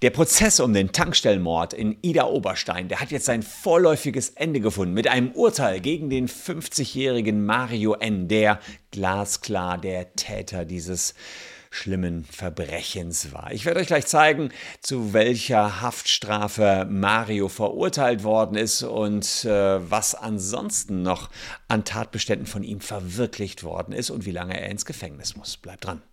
Der Prozess um den Tankstellenmord in Idar-Oberstein, der hat jetzt sein vorläufiges Ende gefunden mit einem Urteil gegen den 50-jährigen Mario N., der glasklar der Täter dieses schlimmen Verbrechens war. Ich werde euch gleich zeigen, zu welcher Haftstrafe Mario verurteilt worden ist und was ansonsten noch an Tatbeständen von ihm verwirklicht worden ist und wie lange er ins Gefängnis muss. Bleibt dran.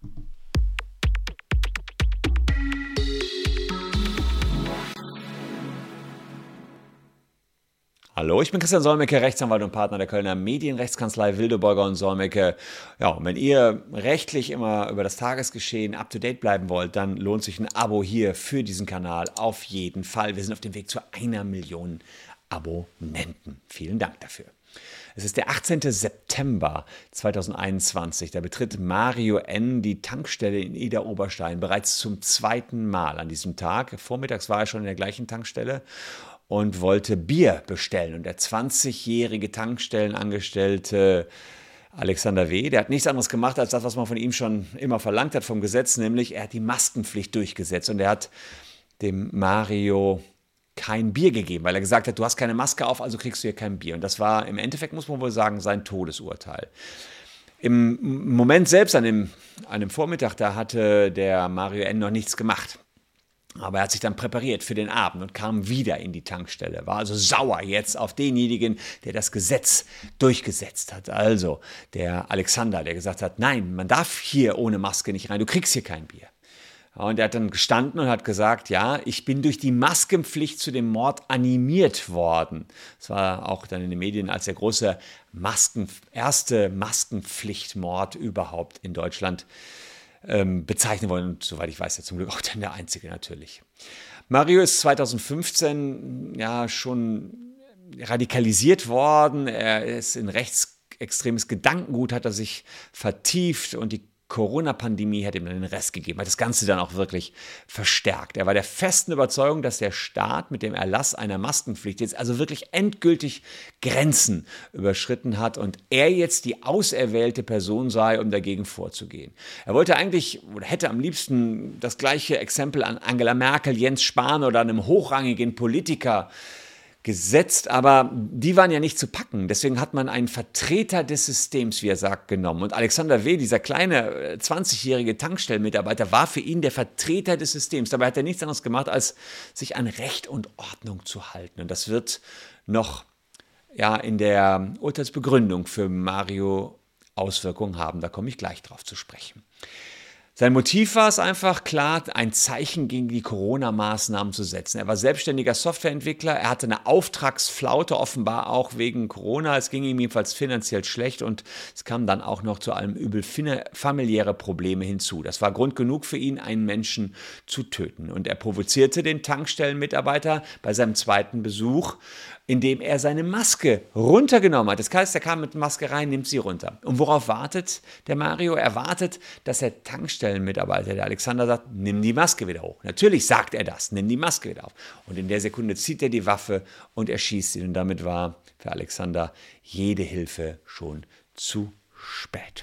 Hallo, ich bin Christian Solmecke, Rechtsanwalt und Partner der Kölner Medienrechtskanzlei Wildeborger und Solmecke. Ja, und wenn ihr rechtlich immer über das Tagesgeschehen up-to-date bleiben wollt, dann lohnt sich ein Abo hier für diesen Kanal auf jeden Fall. Wir sind auf dem Weg zu 1 Million Abonnenten. Vielen Dank dafür. Es ist der 18. September 2021. Da betritt Mario N. die Tankstelle in Idar-Oberstein bereits zum 2. Mal an diesem Tag. Vormittags war er schon in der gleichen Tankstelle und wollte Bier bestellen. Und der 20-jährige Tankstellenangestellte Alexander W., der hat nichts anderes gemacht, als das, was man von ihm schon immer verlangt hat vom Gesetz, nämlich er hat die Maskenpflicht durchgesetzt. Und er hat dem Mario kein Bier gegeben, weil er gesagt hat, du hast keine Maske auf, also kriegst du hier kein Bier. Und das war im Endeffekt, muss man wohl sagen, sein Todesurteil. Im Moment selbst, an einem Vormittag, da hatte der Mario N. noch nichts gemacht. Aber er hat sich dann präpariert für den Abend und kam wieder in die Tankstelle. War also sauer jetzt auf denjenigen, der das Gesetz durchgesetzt hat. Also der Alexander, der gesagt hat, nein, man darf hier ohne Maske nicht rein, du kriegst hier kein Bier. Und er hat dann gestanden und hat gesagt, ja, ich bin durch die Maskenpflicht zu dem Mord animiert worden. Das war auch dann in den Medien als der große erste Maskenpflichtmord überhaupt in Deutschland bezeichnen wollen. Und soweit ich weiß, ja zum Glück auch dann der einzige natürlich. Mario ist 2015 ja schon radikalisiert worden. Er ist in rechtsextremes Gedankengut, hat er sich vertieft und die Corona-Pandemie hat ihm dann den Rest gegeben, hat das Ganze dann auch wirklich verstärkt. Er war der festen Überzeugung, dass der Staat mit dem Erlass einer Maskenpflicht jetzt also wirklich endgültig Grenzen überschritten hat und er jetzt die auserwählte Person sei, um dagegen vorzugehen. Er wollte eigentlich oder hätte am liebsten das gleiche Exempel an Angela Merkel, Jens Spahn oder einem hochrangigen Politiker gesetzt, aber die waren ja nicht zu packen. Deswegen hat man einen Vertreter des Systems, wie er sagt, genommen. Und Alexander W., dieser kleine 20-jährige Tankstellenmitarbeiter, war für ihn der Vertreter des Systems. Dabei hat er nichts anderes gemacht, als sich an Recht und Ordnung zu halten. Und das wird noch in der Urteilsbegründung für Mario Auswirkungen haben. Da komme ich gleich drauf zu sprechen. Sein Motiv war es einfach klar, ein Zeichen gegen die Corona-Maßnahmen zu setzen. Er war selbstständiger Softwareentwickler, er hatte eine Auftragsflaute, offenbar auch wegen Corona. Es ging ihm jedenfalls finanziell schlecht und es kam dann auch noch zu allem Übel familiäre Probleme hinzu. Das war Grund genug für ihn, einen Menschen zu töten. Und er provozierte den Tankstellenmitarbeiter bei seinem zweiten Besuch, indem er seine Maske runtergenommen hat. Das heißt, er kam mit Maske rein, nimmt sie runter. Und worauf wartet der Mario? Er wartet, dass der Tankstellenmitarbeiter, der Alexander, sagt, nimm die Maske wieder hoch. Natürlich sagt er das, nimm die Maske wieder auf. Und in der Sekunde zieht er die Waffe und erschießt ihn. Und damit war für Alexander jede Hilfe schon zu spät.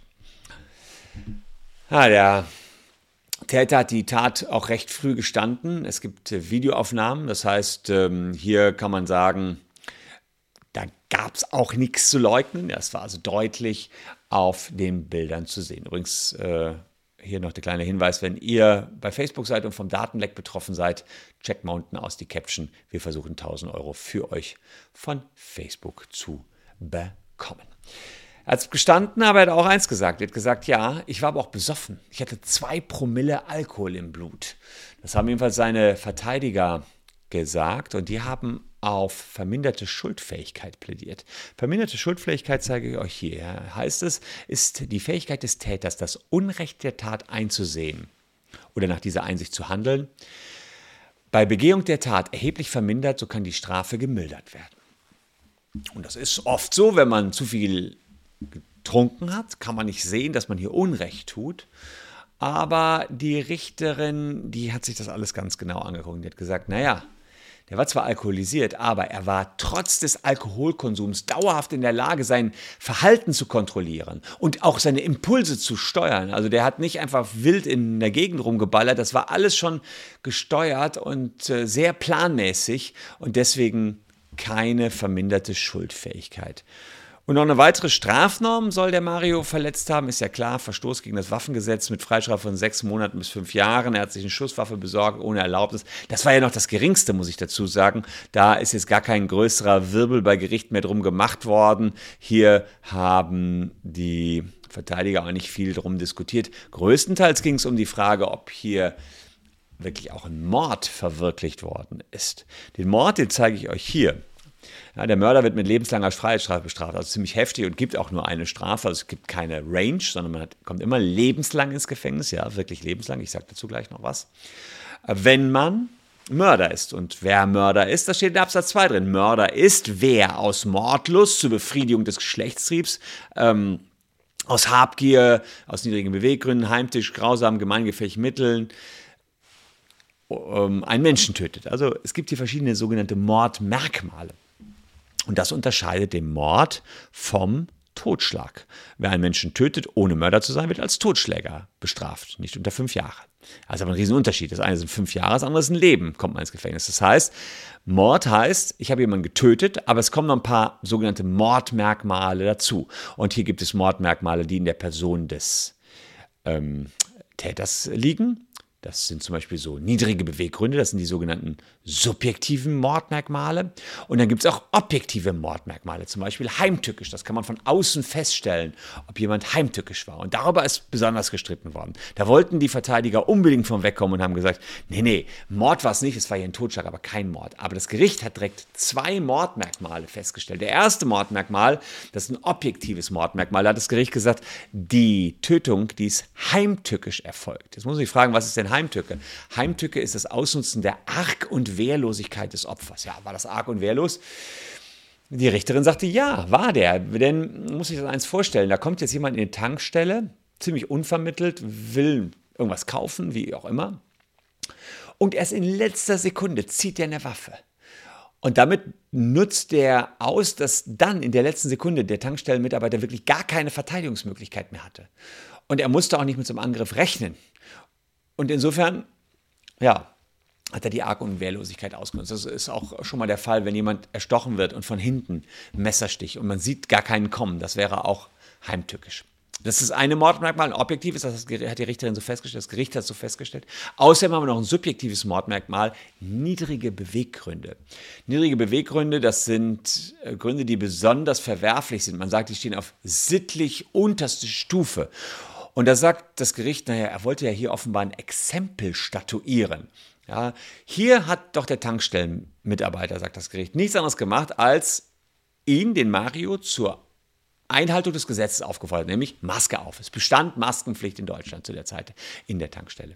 Der Täter hat die Tat auch recht früh gestanden. Es gibt Videoaufnahmen, das heißt, hier kann man sagen, da gab es auch nichts zu leugnen. Das war also deutlich auf den Bildern zu sehen. Übrigens hier noch der kleine Hinweis, wenn ihr bei Facebook seid und vom Datenleck betroffen seid, checkt mal unten aus die Caption. Wir versuchen 1.000 € für euch von Facebook zu bekommen. Er hat gestanden, aber er hat auch eins gesagt. Er hat gesagt, ja, ich war aber auch besoffen. Ich hatte 2 Promille Alkohol im Blut. Das haben jedenfalls seine Verteidiger gesagt und die haben auf verminderte Schuldfähigkeit plädiert. Verminderte Schuldfähigkeit zeige ich euch hier. Heißt es, ist die Fähigkeit des Täters, das Unrecht der Tat einzusehen oder nach dieser Einsicht zu handeln, bei Begehung der Tat erheblich vermindert, so kann die Strafe gemildert werden. Und das ist oft so, wenn man zu viel getrunken hat, kann man nicht sehen, dass man hier Unrecht tut. Aber die Richterin, die hat sich das alles ganz genau angeguckt und die hat gesagt, naja, Der war zwar alkoholisiert, aber er war trotz des Alkoholkonsums dauerhaft in der Lage, sein Verhalten zu kontrollieren und auch seine Impulse zu steuern. Also der hat nicht einfach wild in der Gegend rumgeballert, das war alles schon gesteuert und sehr planmäßig und deswegen keine verminderte Schuldfähigkeit. Und noch eine weitere Strafnorm soll der Mario verletzt haben, ist ja klar, Verstoß gegen das Waffengesetz mit Freistrafe von 6 Monaten bis 5 Jahren. Er hat sich eine Schusswaffe besorgt ohne Erlaubnis. Das war ja noch das Geringste, muss ich dazu sagen. Da ist jetzt gar kein größerer Wirbel bei Gericht mehr drum gemacht worden. Hier haben die Verteidiger auch nicht viel drum diskutiert. Größtenteils ging es um die Frage, ob hier wirklich auch ein Mord verwirklicht worden ist. Den Mord, den zeige ich euch hier. Ja, der Mörder wird mit lebenslanger Freiheitsstrafe bestraft, also ziemlich heftig und gibt auch nur eine Strafe. Also es gibt keine Range, sondern kommt immer lebenslang ins Gefängnis, ja, wirklich lebenslang. Ich sage dazu gleich noch was. Wenn man Mörder ist. Und wer Mörder ist, das steht in Absatz 2 drin. Mörder ist, wer aus Mordlust zur Befriedigung des Geschlechtstriebs, aus Habgier, aus niedrigen Beweggründen, heimtückisch, grausam, gemeingefährlichen Mitteln, einen Menschen tötet. Also es gibt hier verschiedene sogenannte Mordmerkmale. Und das unterscheidet den Mord vom Totschlag. Wer einen Menschen tötet, ohne Mörder zu sein, wird als Totschläger bestraft, nicht unter 5 Jahre. Also aber ein Riesenunterschied. Das eine sind 5 Jahre, das andere ist ein Leben, kommt man ins Gefängnis. Das heißt, Mord heißt, ich habe jemanden getötet, aber es kommen noch ein paar sogenannte Mordmerkmale dazu. Und hier gibt es Mordmerkmale, die in der Person des Täters liegen. Das sind zum Beispiel so niedrige Beweggründe, das sind die sogenannten subjektiven Mordmerkmale. Und dann gibt es auch objektive Mordmerkmale, zum Beispiel heimtückisch. Das kann man von außen feststellen, ob jemand heimtückisch war. Und darüber ist besonders gestritten worden. Da wollten die Verteidiger unbedingt von wegkommen und haben gesagt, nee, Mord war es nicht, es war hier ein Totschlag, aber kein Mord. Aber das Gericht hat direkt 2 Mordmerkmale festgestellt. Der erste Mordmerkmal, das ist ein objektives Mordmerkmal, da hat das Gericht gesagt, die Tötung, die ist heimtückisch erfolgt. Jetzt muss ich fragen, was ist denn Heimtücke? Heimtücke ist das Ausnutzen der Arg- und Wehrlosigkeit des Opfers. Ja, war das arg und wehrlos? Die Richterin sagte, ja, war der. Denn, muss ich das eins vorstellen, da kommt jetzt jemand in die Tankstelle, ziemlich unvermittelt, will irgendwas kaufen, wie auch immer. Und erst in letzter Sekunde zieht er eine Waffe. Und damit nutzt er aus, dass dann in der letzten Sekunde der Tankstellenmitarbeiter wirklich gar keine Verteidigungsmöglichkeit mehr hatte. Und er musste auch nicht mit so einem Angriff rechnen. Und insofern, ja, hat er die Arg- und Wehrlosigkeit ausgenutzt. Das ist auch schon mal der Fall, wenn jemand erstochen wird und von hinten Messerstich und man sieht gar keinen kommen. Das wäre auch heimtückisch. Das ist eine Mordmerkmal, ein objektives, das hat die Richterin so festgestellt, das Gericht hat so festgestellt. Außerdem haben wir noch ein subjektives Mordmerkmal, niedrige Beweggründe. Niedrige Beweggründe, das sind Gründe, die besonders verwerflich sind. Man sagt, die stehen auf sittlich unterste Stufe. Und da sagt das Gericht, naja, er wollte ja hier offenbar ein Exempel statuieren. Ja, hier hat doch der Tankstellenmitarbeiter, sagt das Gericht, nichts anderes gemacht, als ihn, den Mario, zur Einhaltung des Gesetzes aufgefordert, nämlich Maske auf. Es bestand Maskenpflicht in Deutschland zu der Zeit in der Tankstelle.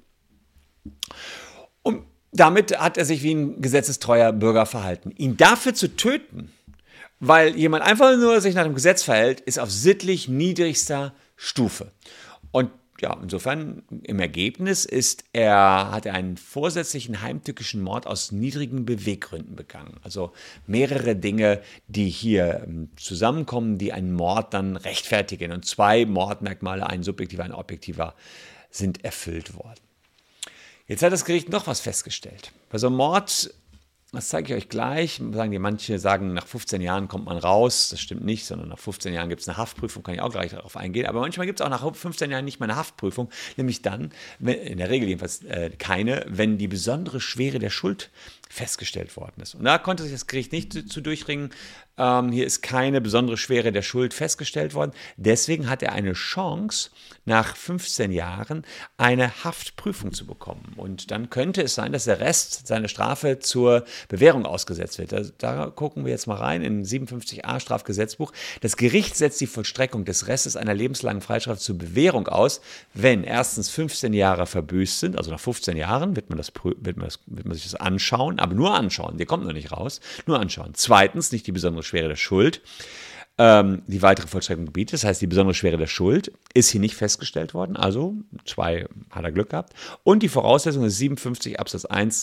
Und damit hat er sich wie ein gesetzestreuer Bürger verhalten. Ihn dafür zu töten, weil jemand einfach nur sich nach dem Gesetz verhält, ist auf sittlich niedrigster Stufe. Und ja, insofern im Ergebnis hat er einen vorsätzlichen heimtückischen Mord aus niedrigen Beweggründen begangen. Also mehrere Dinge, die hier zusammenkommen, die einen Mord dann rechtfertigen. Und 2 Mordmerkmale, ein subjektiver, ein objektiver, sind erfüllt worden. Jetzt hat das Gericht noch was festgestellt. Bei so einem Mord, das zeige ich euch gleich, manche sagen, nach 15 Jahren kommt man raus. Das stimmt nicht, sondern nach 15 Jahren gibt es eine Haftprüfung, kann ich auch gleich darauf eingehen. Aber manchmal gibt es auch nach 15 Jahren nicht mehr eine Haftprüfung, nämlich dann, in der Regel jedenfalls keine, wenn die besondere Schwere der Schuld festgestellt worden ist. Und da konnte sich das Gericht nicht zu durchringen. Hier ist keine besondere Schwere der Schuld festgestellt worden. Deswegen hat er eine Chance, nach 15 Jahren eine Haftprüfung zu bekommen. Und dann könnte es sein, dass der Rest seiner Strafe zur Bewährung ausgesetzt wird. Da gucken wir jetzt mal rein in 57a Strafgesetzbuch. Das Gericht setzt die Vollstreckung des Restes einer lebenslangen Freistrafe zur Bewährung aus, wenn erstens 15 Jahre verbüßt sind, also nach 15 Jahren wird man sich das anschauen, aber nur anschauen, der kommt noch nicht raus, nur anschauen. Zweitens, nicht die besondere Schwere der Schuld, die weitere Vollstreckung gebietet, das heißt, die besondere Schwere der Schuld ist hier nicht festgestellt worden, also 2 hat er Glück gehabt. Und die Voraussetzung ist 57 Absatz 1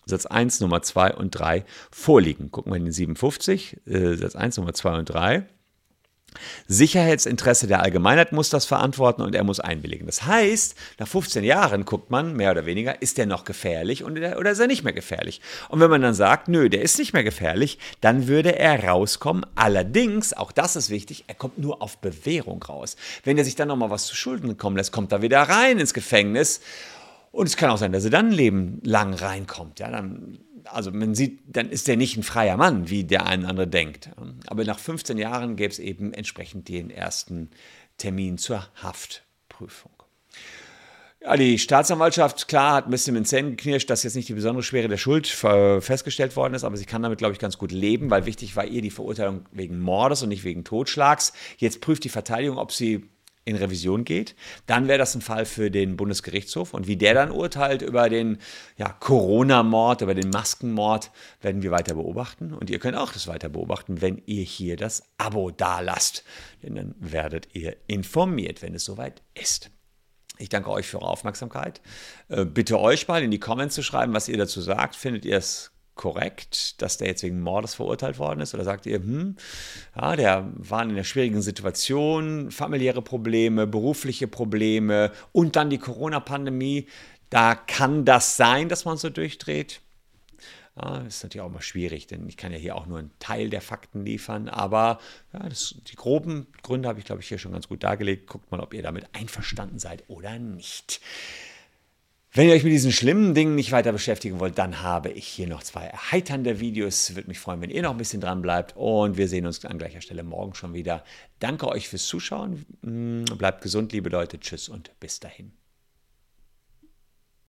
Satz 1, Nummer 2 und 3 vorliegen. Gucken wir in den 57, Satz 1, Nummer 2 und 3. Sicherheitsinteresse der Allgemeinheit muss das verantworten und er muss einwilligen. Das heißt, nach 15 Jahren guckt man, mehr oder weniger, ist der noch gefährlich oder ist er nicht mehr gefährlich? Und wenn man dann sagt, nö, der ist nicht mehr gefährlich, dann würde er rauskommen. Allerdings, auch das ist wichtig, er kommt nur auf Bewährung raus. Wenn er sich dann nochmal was zu Schulden kommen lässt, kommt er wieder rein ins Gefängnis. Und es kann auch sein, dass er dann ein Leben lang reinkommt. Ja, also man sieht, dann ist er nicht ein freier Mann, wie der ein oder andere denkt. Aber nach 15 Jahren gäbe es eben entsprechend den ersten Termin zur Haftprüfung. Ja, die Staatsanwaltschaft, klar, hat ein bisschen mit den Zähnen geknirscht, dass jetzt nicht die besondere Schwere der Schuld festgestellt worden ist, aber sie kann damit, glaube ich, ganz gut leben, weil wichtig war ihr die Verurteilung wegen Mordes und nicht wegen Totschlags. Jetzt prüft die Verteidigung, ob sie in Revision geht, dann wäre das ein Fall für den Bundesgerichtshof. Und wie der dann urteilt über den Corona-Mord, über den Maskenmord, werden wir weiter beobachten. Und ihr könnt auch das weiter beobachten, wenn ihr hier das Abo dalasst. Denn dann werdet ihr informiert, wenn es soweit ist. Ich danke euch für eure Aufmerksamkeit. Bitte euch mal in die Comments zu schreiben, was ihr dazu sagt. Findet ihr es korrekt, dass der jetzt wegen Mordes verurteilt worden ist? Oder sagt ihr, der war in einer schwierigen Situation, familiäre Probleme, berufliche Probleme und dann die Corona-Pandemie. Da kann das sein, dass man so durchdreht. Ja, das ist natürlich auch mal schwierig, denn ich kann ja hier auch nur einen Teil der Fakten liefern. Aber die groben Gründe habe ich, glaube ich, hier schon ganz gut dargelegt. Guckt mal, ob ihr damit einverstanden seid oder nicht. Wenn ihr euch mit diesen schlimmen Dingen nicht weiter beschäftigen wollt, dann habe ich hier noch 2 erheiternde Videos. Würde mich freuen, wenn ihr noch ein bisschen dran bleibt. Und wir sehen uns an gleicher Stelle morgen schon wieder. Danke euch fürs Zuschauen. Bleibt gesund, liebe Leute. Tschüss und bis dahin.